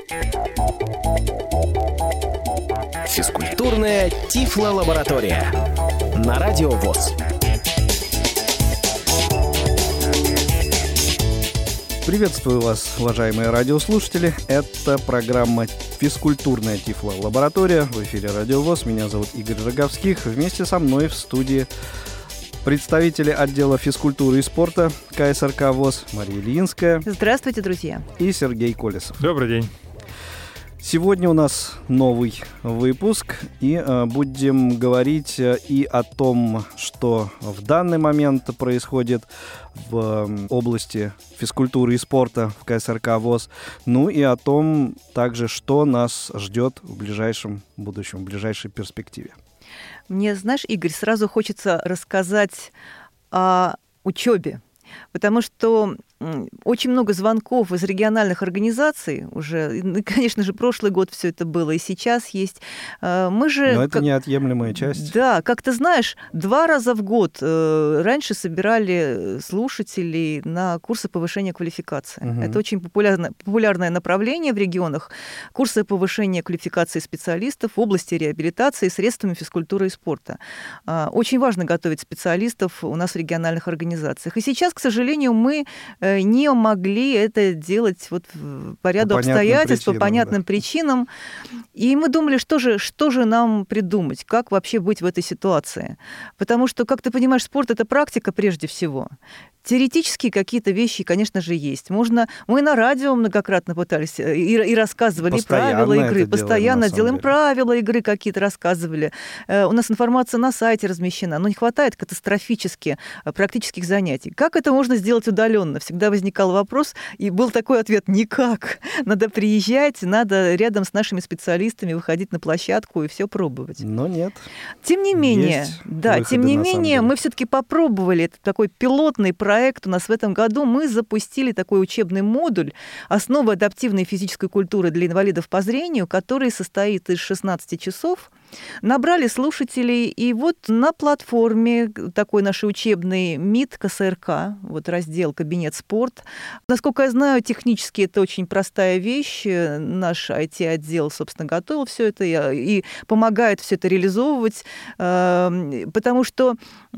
Физкультурная Тифло-лаборатория на Радио ВОС. Приветствую вас, уважаемые радиослушатели. Это программа «Физкультурная Тифло-лаборатория». В эфире Радио ВОС. Меня зовут Игорь Роговских. Вместе со мной в студии представители отдела физкультуры и спорта КСРК ВОС Мария Ильинская. Здравствуйте, друзья. И Сергей Колесов. Добрый день. Сегодня у нас новый выпуск, и будем говорить и о том, что в данный момент происходит в области физкультуры и спорта в КСРК ВОС, ну и о том также, что нас ждет в ближайшем будущем, в ближайшей перспективе. Мне, знаешь, Игорь, сразу хочется рассказать о учебе, потому что очень много звонков из региональных организаций уже. И, конечно же, прошлый год все это было, и сейчас есть. Мы же... Но это неотъемлемая часть. Да, как ты знаешь, 2 раза в год раньше слушателей на курсы повышения квалификации. Угу. Это очень популярное направление в регионах. Курсы повышения квалификации специалистов в области реабилитации средствами физкультуры и спорта. Очень важно готовить специалистов у нас в региональных организациях. И сейчас, к сожалению, мы не могли это делать вот по ряду обстоятельств, по понятным причинам. И мы думали, что же нам придумать, как вообще быть в этой ситуации. Потому что, как ты понимаешь, спорт – это практика прежде всего. Теоретические какие-то вещи, конечно же, есть. Мы на радио многократно пытались и рассказывали правила игры. Постоянно делаем правила игры какие-то, рассказывали. У нас информация на сайте размещена, но не хватает катастрофически практических занятий. Как это можно сделать удаленно? Всегда возникал вопрос, и был такой ответ: никак. Надо приезжать, надо рядом с нашими специалистами выходить на площадку и все пробовать. Но нет. Тем не менее, мы все-таки попробовали. Это такой пилотный проект у нас в этом году. Мы запустили такой учебный модуль «Основы адаптивной физической культуры для инвалидов по зрению», который состоит из 16 часов. Набрали слушателей, и вот на платформе такой нашей учебный МИД КСРК, вот раздел «Кабинет спорт». Насколько я знаю, технически это очень простая вещь. Наш IT-отдел, собственно, готовил все это и помогает все это реализовывать, потому что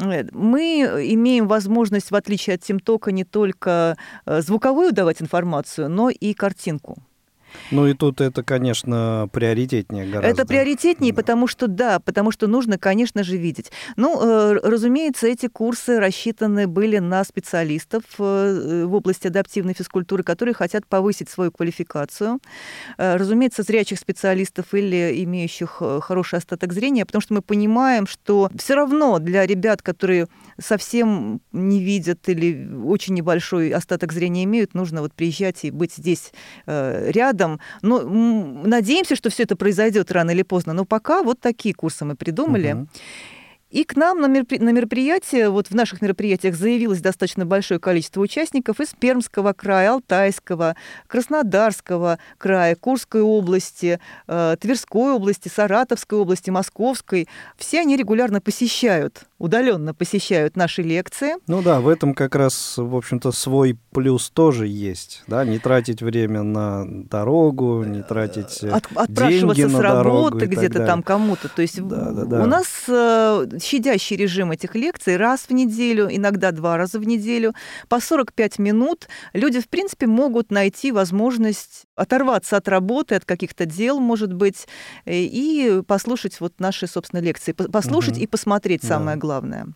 мы имеем возможность, в отличие от ТимТока, не только звуковую давать информацию, но и картинку. Ну и тут это, конечно, приоритетнее гораздо. Это приоритетнее, да. потому что нужно, конечно же, видеть. Разумеется, эти курсы рассчитаны были на специалистов в области адаптивной физкультуры, которые хотят повысить свою квалификацию. Разумеется, зрячих специалистов или имеющих хороший остаток зрения, потому что мы понимаем, что все равно для ребят, которые совсем не видят или очень небольшой остаток зрения имеют, нужно вот приезжать и быть здесь рядом. Надеемся, что все это произойдет рано или поздно, но пока вот такие курсы мы придумали. Угу. И к нам на мероприятие, вот в наших мероприятиях заявилось достаточно большое количество участников из Пермского края, Алтайского, Краснодарского края, Курской области, Тверской области, Саратовской области, Московской. Все они регулярно удаленно посещают наши лекции. Ну да, в этом как раз, в общем-то, свой плюс тоже есть. Да? Не тратить время на дорогу, не тратить деньги на с работы дорогу где-то там кому-то. То есть у нас щадящий режим этих лекций раз в неделю, иногда 2 раза в неделю, по 45 минут. Люди, в принципе, могут найти возможность оторваться от работы, от каких-то дел, может быть, и послушать вот наши, собственно, лекции. Послушать и посмотреть, самое главное.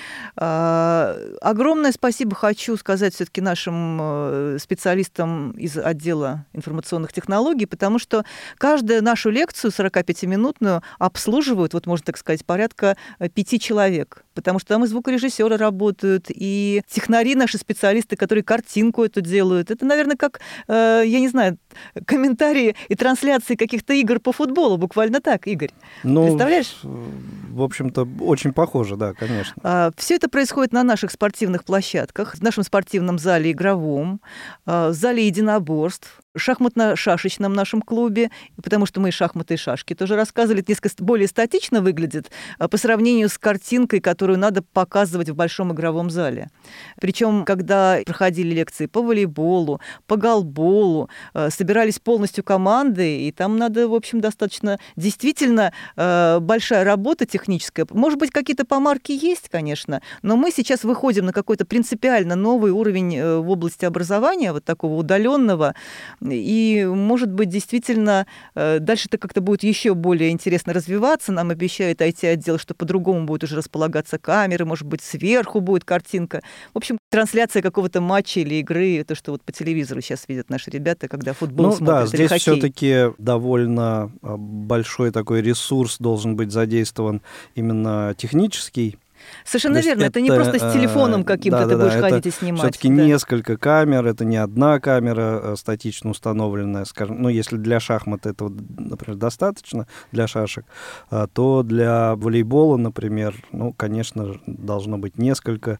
Огромное спасибо хочу сказать все-таки нашим специалистам из отдела информационных технологий, потому что каждую нашу лекцию 45-минутную обслуживают, вот можно так сказать, порядка 5 человек. Потому что там и звукорежиссеры работают, и технари наши специалисты, которые картинку эту делают. Это, наверное, как, я не знаю, комментарии и трансляции каких-то игр по футболу. Буквально так, Игорь. Представляешь? В общем-то, очень похоже, да, конечно. Все это происходит на наших спортивных площадках, в нашем спортивном зале игровом, в зале единоборств. шахматно-шашечном нашем клубе, потому что мы и шахматы, и шашки тоже рассказывали. Это несколько более статично выглядит по сравнению с картинкой, которую надо показывать в большом игровом зале. Причем, когда проходили лекции по волейболу, по голболу, собирались полностью команды, и там надо, в общем, достаточно действительно большая работа техническая. Может быть, какие-то помарки есть, конечно, но мы сейчас выходим на какой-то принципиально новый уровень в области образования, вот такого удаленного, и, может быть, действительно, дальше это как-то будет еще более интересно развиваться. Нам обещают IT-отдел, что по-другому будет уже располагаться камеры, может быть, сверху будет картинка. В общем, трансляция какого-то матча или игры, то, что вот по телевизору сейчас видят наши ребята, когда футбол смотрят, да, или здесь хоккей. все-таки довольно большой такой ресурс должен быть задействован именно технический. Совершенно верно. Это не просто с телефоном каким-то ты будешь ходить и снимать. Все-таки несколько камер, это не одна камера статично установленная, скажем, если для шахмат этого, например, достаточно, для шашек, то для волейбола, например, конечно, должно быть несколько,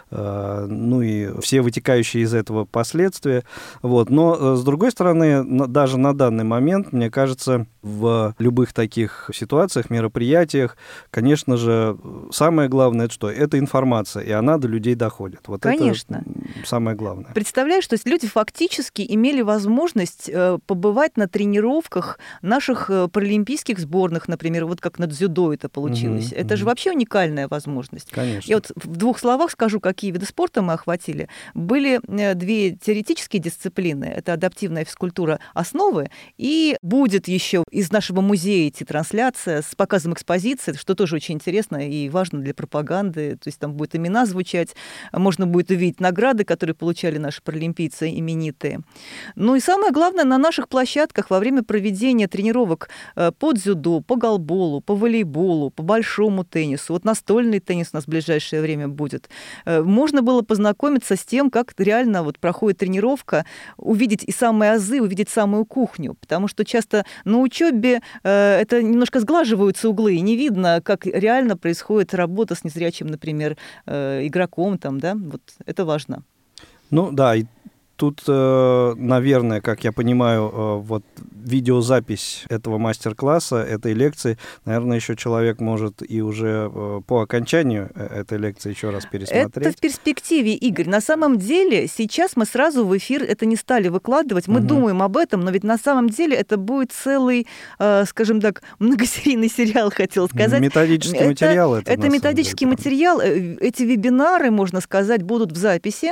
и все вытекающие из этого последствия. Вот. Но, с другой стороны, даже на данный момент, мне кажется, в любых таких ситуациях, мероприятиях, конечно же, самое главное, это что? Это информация, и она до людей доходит. Вот конечно. Это самое главное. Представляешь, то есть люди фактически имели возможность побывать на тренировках наших паралимпийских сборных, например, вот как на дзюдо это получилось. Это же вообще уникальная возможность. Конечно. Я вот в двух словах скажу, какие виды спорта мы охватили. Были две теоретические дисциплины. Это адаптивная физкультура «Основы», и будет еще из нашего музея идти трансляция с показом экспозиции, что тоже очень интересно и важно для пропаганды. То есть там будут имена звучать, можно будет увидеть награды, которые получали наши паралимпийцы именитые. Ну и самое главное, на наших площадках во время проведения тренировок по дзюдо, по голболу, по волейболу, по большому теннису, вот настольный теннис у нас в ближайшее время будет, можно было познакомиться с тем, как реально вот проходит тренировка, увидеть и самые азы, увидеть самую кухню, потому что часто на учебе это немножко сглаживаются углы, и не видно, как реально происходит работа с незрячим, например, игроком, вот это важно. И тут, наверное, как я понимаю, вот видеозапись этого мастер-класса, этой лекции, наверное, еще человек может и уже по окончанию этой лекции еще раз пересмотреть. Это в перспективе, Игорь. На самом деле сейчас мы сразу в эфир это не стали выкладывать. Мы думаем об этом, но ведь на самом деле это будет целый, скажем так, многосерийный сериал, хотел сказать. Методический материал. Это методический материал. Эти вебинары, можно сказать, будут в записи.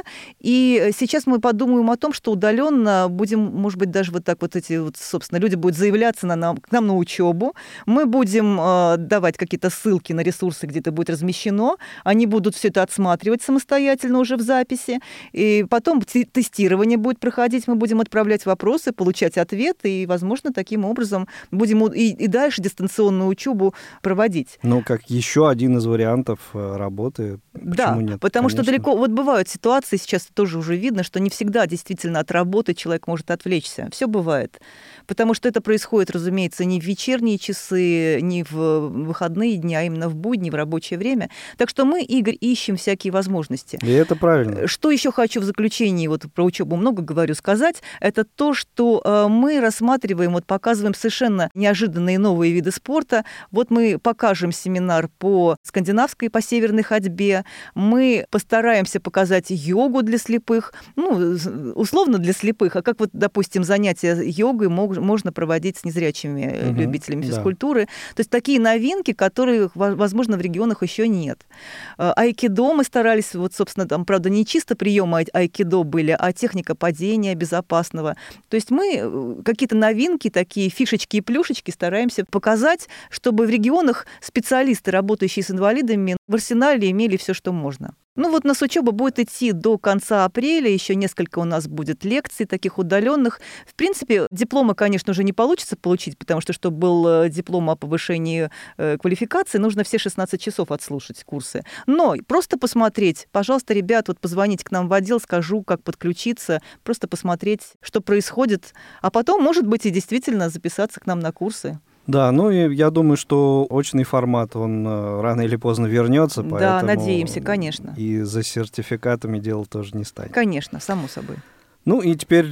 И сейчас мы подумаем о том, что удаленно будем, может быть, даже вот так вот эти, собственно, люди будут заявляться к нам на учебу. Мы будем давать какие-то ссылки на ресурсы, где это будет размещено. Они будут все это отсматривать самостоятельно уже в записи. И потом тестирование будет проходить. Мы будем отправлять вопросы, получать ответы. И, возможно, таким образом будем и дальше дистанционную учебу проводить. Как еще один из вариантов работы. Почему нет? Потому Конечно. что далеко... Вот бывают ситуации, сейчас тоже уже видно, что не всегда действительно от работы человек может отвлечься. Все бывает. Потому что это происходит, разумеется, не в вечерние часы, не в выходные дни, а именно в будни, в рабочее время. Так что мы, Игорь, ищем всякие возможности. И это правильно. Что еще хочу в заключении, вот про учебу много говорю, сказать, это то, что мы рассматриваем, показываем совершенно неожиданные новые виды спорта. Вот мы покажем семинар по скандинавской, по северной ходьбе. Мы постараемся показать йогу для слепых, условно для слепых, а как допустим, занятия йогой можно проводить с незрячими любителями физкультуры. То есть такие новинки, которых, возможно, в регионах еще нет. Айкидо мы старались, собственно, там, правда, не чисто приемы айкидо были, а техника падения безопасного. То есть мы какие-то новинки, такие фишечки и плюшечки стараемся показать, чтобы в регионах специалисты, работающие с инвалидами, в арсенале имели все, что можно. Нас учеба будет идти до конца апреля, еще несколько у нас будет лекций таких удаленных. В принципе, диплома, конечно, уже не получится получить, потому что, чтобы был диплом о повышении квалификации, нужно все 16 часов отслушать курсы. Но просто посмотреть, пожалуйста, ребят, позвоните к нам в отдел, скажу, как подключиться, просто посмотреть, что происходит, а потом, может быть, и действительно записаться к нам на курсы. Да, и я думаю, что очный формат, он рано или поздно вернется, поэтому... Да, надеемся, конечно. И за сертификатами дело тоже не станет. Конечно, само собой. Ну и теперь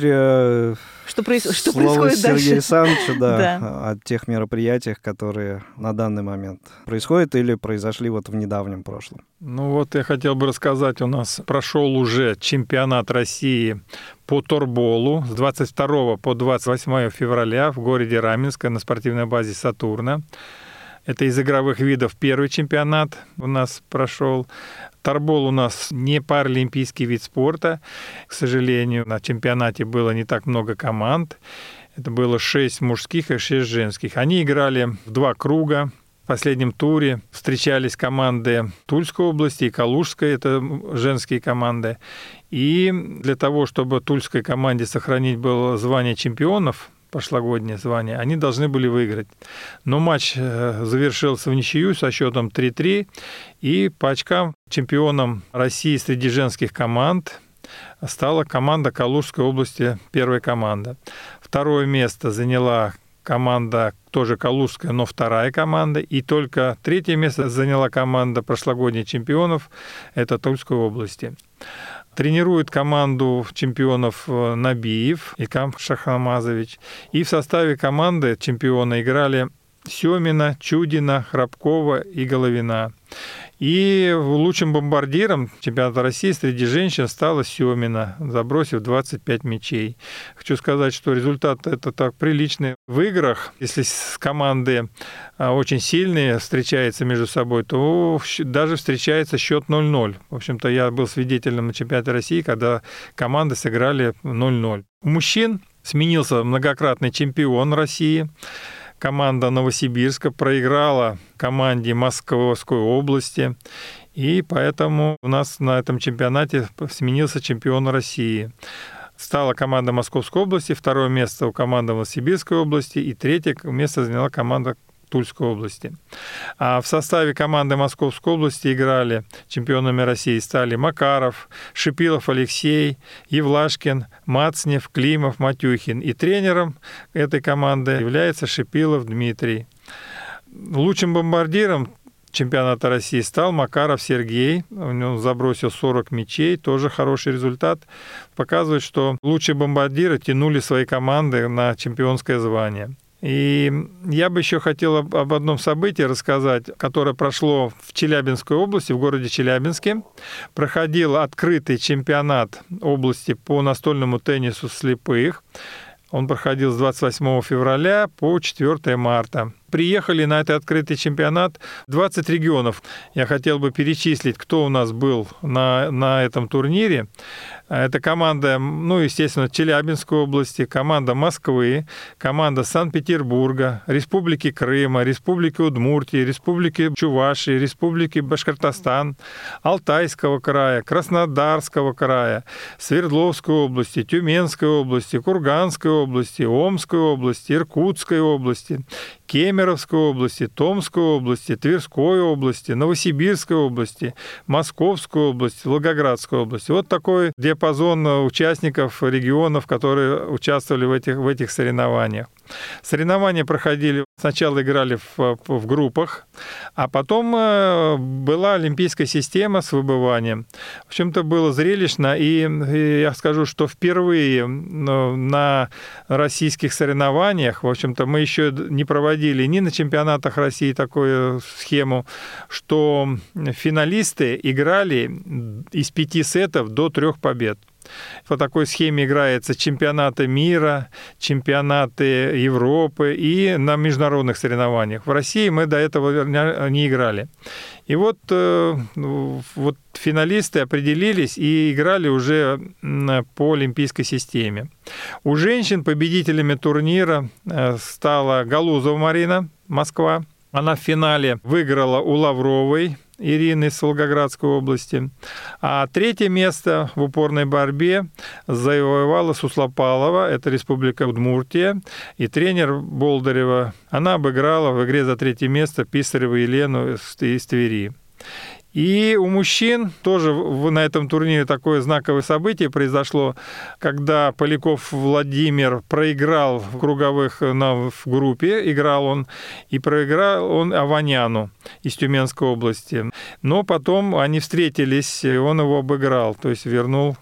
что слово происходит Сергею дальше? Александровичу, Да. о тех мероприятиях, которые на данный момент происходят или произошли вот в недавнем прошлом. Ну вот я хотел бы рассказать, у нас прошел уже чемпионат России по торболу с 22 по 28 февраля в городе Раменское на спортивной базе «Сатурна». Это из игровых видов первый чемпионат у нас прошел. Торбол у нас не паралимпийский вид спорта. К сожалению, на чемпионате было не так много команд. Это было 6 мужских и 6 женских. Они играли в 2 круга. В последнем туре встречались команды Тульской области и Калужской, это женские команды. И для того, чтобы тульской команде сохранить было звание чемпионов, прошлогоднее звание, они должны были выиграть. Но матч завершился в ничью со счетом 3-3, и по очкам чемпионом России среди женских команд стала команда Калужской области, первая команда. Второе место заняла команда тоже Калужская, но вторая команда. И только третье место заняла команда прошлогодних чемпионов, это Тульской области. Тренирует команду чемпионов Набиев Икам Шахамазович. И в составе команды чемпиона играли Семина, Чудина, Храбкова и Головина. И лучшим бомбардиром чемпионата России среди женщин стала Семина, забросив 25 мячей. Хочу сказать, что результат это так приличный. В играх, если команды очень сильные встречаются между собой, то даже встречается счет 0-0. В общем-то, я был свидетелем на чемпионате России, когда команды сыграли 0-0. У мужчин сменился многократный чемпион России. Команда Новосибирска проиграла команде Московской области, и поэтому у нас на этом чемпионате сменился чемпион России. Стала команда Московской области, второе место у команды Новосибирской области, и третье место заняла команда Тульской области. А в составе команды Московской области играли чемпионами России стали Макаров, Шипилов Алексей, Евлашкин, Мацнев, Климов, Матюхин. И тренером этой команды является Шипилов Дмитрий. Лучшим бомбардиром чемпионата России стал Макаров Сергей. Он забросил 40 мячей, тоже хороший результат. Показывает, что лучшие бомбардиры тянули свои команды на чемпионское звание. И я бы еще хотел об одном событии рассказать, которое прошло в Челябинской области, в городе Челябинске. Проходил открытый чемпионат области по настольному теннису слепых. Он проходил с 28 февраля по 4 марта. Приехали на этот открытый чемпионат 20 регионов. Я хотел бы перечислить, кто у нас был на этом турнире. Это команда, естественно, Челябинской области, команда Москвы, команда Санкт-Петербурга, Республики Крыма, Республики Удмуртии, Республики Чувашии, Республики Башкортостан, Алтайского края, Краснодарского края, Свердловской области, Тюменской области, Курганской области, Омской области, Иркутской области, Кемеровской области, Томской области, Тверской области, Новосибирской области, Московской области, Волгоградской области. Вот такой диапазон участников регионов, которые участвовали в этих соревнованиях. Соревнования проходили, сначала играли в группах, а потом была олимпийская система с выбыванием. В общем-то, было зрелищно, и я скажу, что впервые на российских соревнованиях, в общем-то, мы еще не проводили ни на чемпионатах России такую схему, что финалисты играли из 5 сетов до 3 побед. По такой схеме играются чемпионаты мира, чемпионаты Европы и на международных соревнованиях. В России мы до этого не играли. И вот финалисты определились и играли уже по олимпийской системе. У женщин победителями турнира стала Галузова Марина, Москва. Она в финале выиграла у Лавровой Ирины из Волгоградской области. А 3 место в упорной борьбе завоевала Суслопалова, это Республика Удмуртия, и тренер Болдырева. Она обыграла в игре за 3 место Писареву Елену из Твери. И у мужчин тоже на этом турнире такое знаковое событие произошло, когда Поляков Владимир проиграл в круговых в группе, играл он, и проиграл он Аваняну из Тюменской области. Но потом они встретились, и он его обыграл, то есть вернул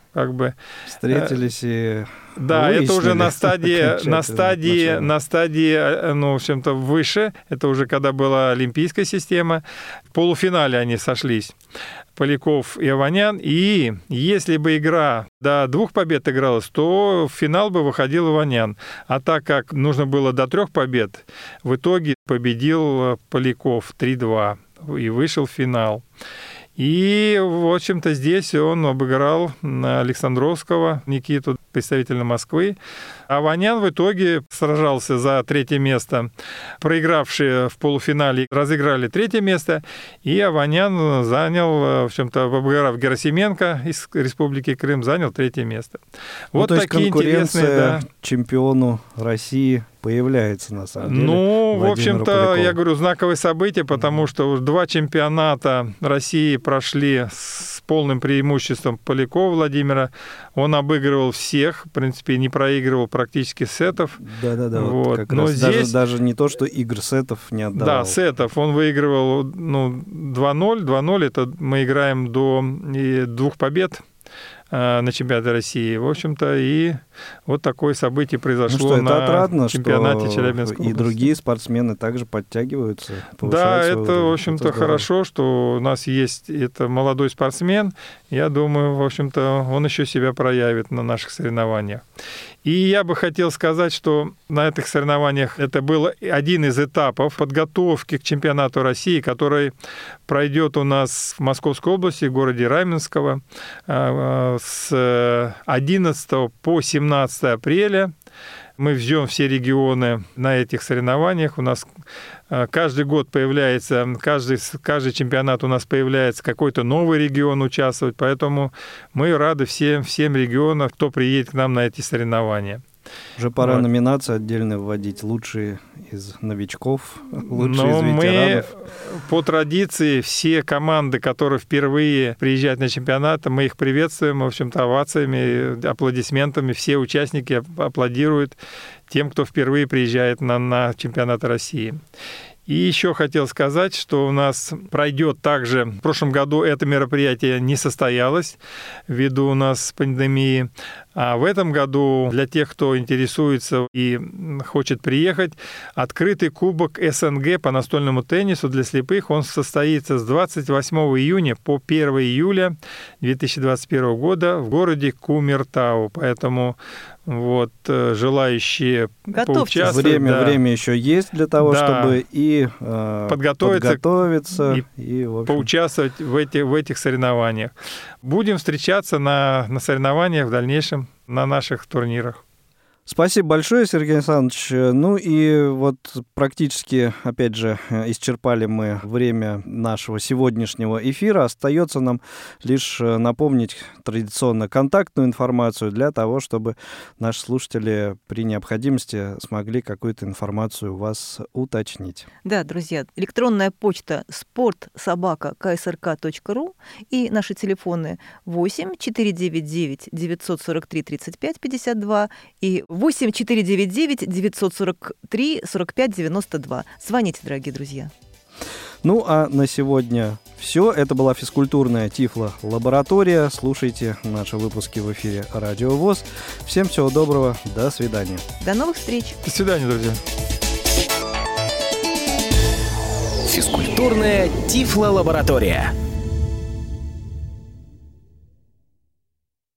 как бы... Встретились и... Да, это уже на стадии, ну, в общем-то, выше. Это уже когда была олимпийская система. В полуфинале они сошлись. Поляков и Аванян. И если бы игра до 2 побед игралась, то в финал бы выходил Аванян. А так как нужно было до 3 побед, в итоге победил Поляков 3-2 и вышел в финал. И, в общем-то, здесь он обыграл Александровского Никиту, представителя Москвы. А Аванян в итоге сражался за 3 место. Проигравшие в полуфинале разыграли 3 место, и Аванян занял, в общем-то, обыграв Герасименко из Республики Крым, занял 3 место. Вот то такие есть конкуренция интересные, чемпиону России появляется, на самом деле. Ну, в общем-то, Полякову. я говорю, знаковое событие, потому что 2 чемпионата России прошли с полным преимуществом Полякова Владимира. Он обыгрывал всех, в принципе, не проигрывал практически сетов. Да-да-да, вот. как Но раз здесь... даже не то, что игр сетов не отдавал. Да, сетов. Он выигрывал 2-0. 2-0 это мы играем до 2 побед на чемпионате России. В общем-то, и вот такое событие произошло на отрадно, чемпионате что Челябинской области. И другие спортсмены также подтягиваются. Да, это, уровень. в общем-то, хорошо, что у нас есть это молодой спортсмен. Я думаю, в общем-то, он еще себя проявит на наших соревнованиях. И я бы хотел сказать, что на этих соревнованиях это был один из этапов подготовки к чемпионату России, который пройдет у нас в Московской области, в городе Раменского, с 11 по 17 апреля. Мы везем все регионы на этих соревнованиях. У нас каждый год появляется, каждый чемпионат у нас появляется какой-то новый регион участвовать, поэтому мы рады всем регионам, кто приедет к нам на эти соревнования. Уже пора номинации отдельно вводить. Лучшие из новичков, лучшие из ветеранов. Мы, по традиции, все команды, которые впервые приезжают на чемпионат, мы их приветствуем, в общем-то, овациями, аплодисментами. Все участники аплодируют тем, кто впервые приезжает на чемпионат России. И еще хотел сказать, что у нас пройдет также, в прошлом году это мероприятие не состоялось ввиду у нас пандемии, а в этом году для тех, кто интересуется и хочет приехать, открытый кубок СНГ по настольному теннису для слепых, он состоится с 28 июня по 1 июля 2021 года в городе Кумертау. Поэтому вот желающие поучаствовать. Время еще есть для того, чтобы и подготовиться и в общем, поучаствовать в этих соревнованиях. Будем встречаться на соревнованиях в дальнейшем, на наших турнирах. Спасибо большое, Сергей Александрович. Ну и вот практически, опять же, исчерпали мы время нашего сегодняшнего эфира. Остается нам лишь напомнить традиционно контактную информацию для того, чтобы наши слушатели при необходимости смогли какую-то информацию у вас уточнить. Да, друзья, электронная почта sport@ksrk.ru и наши телефоны 8 499 943 35 52 и 8 499 943 45 92. Звоните, дорогие друзья. Ну, а на сегодня все. Это была физкультурная Тифло-лаборатория. Слушайте наши выпуски в эфире Радио ВОС. Всем всего доброго. До свидания. До новых встреч. До свидания, друзья. Физкультурная Тифло-лаборатория.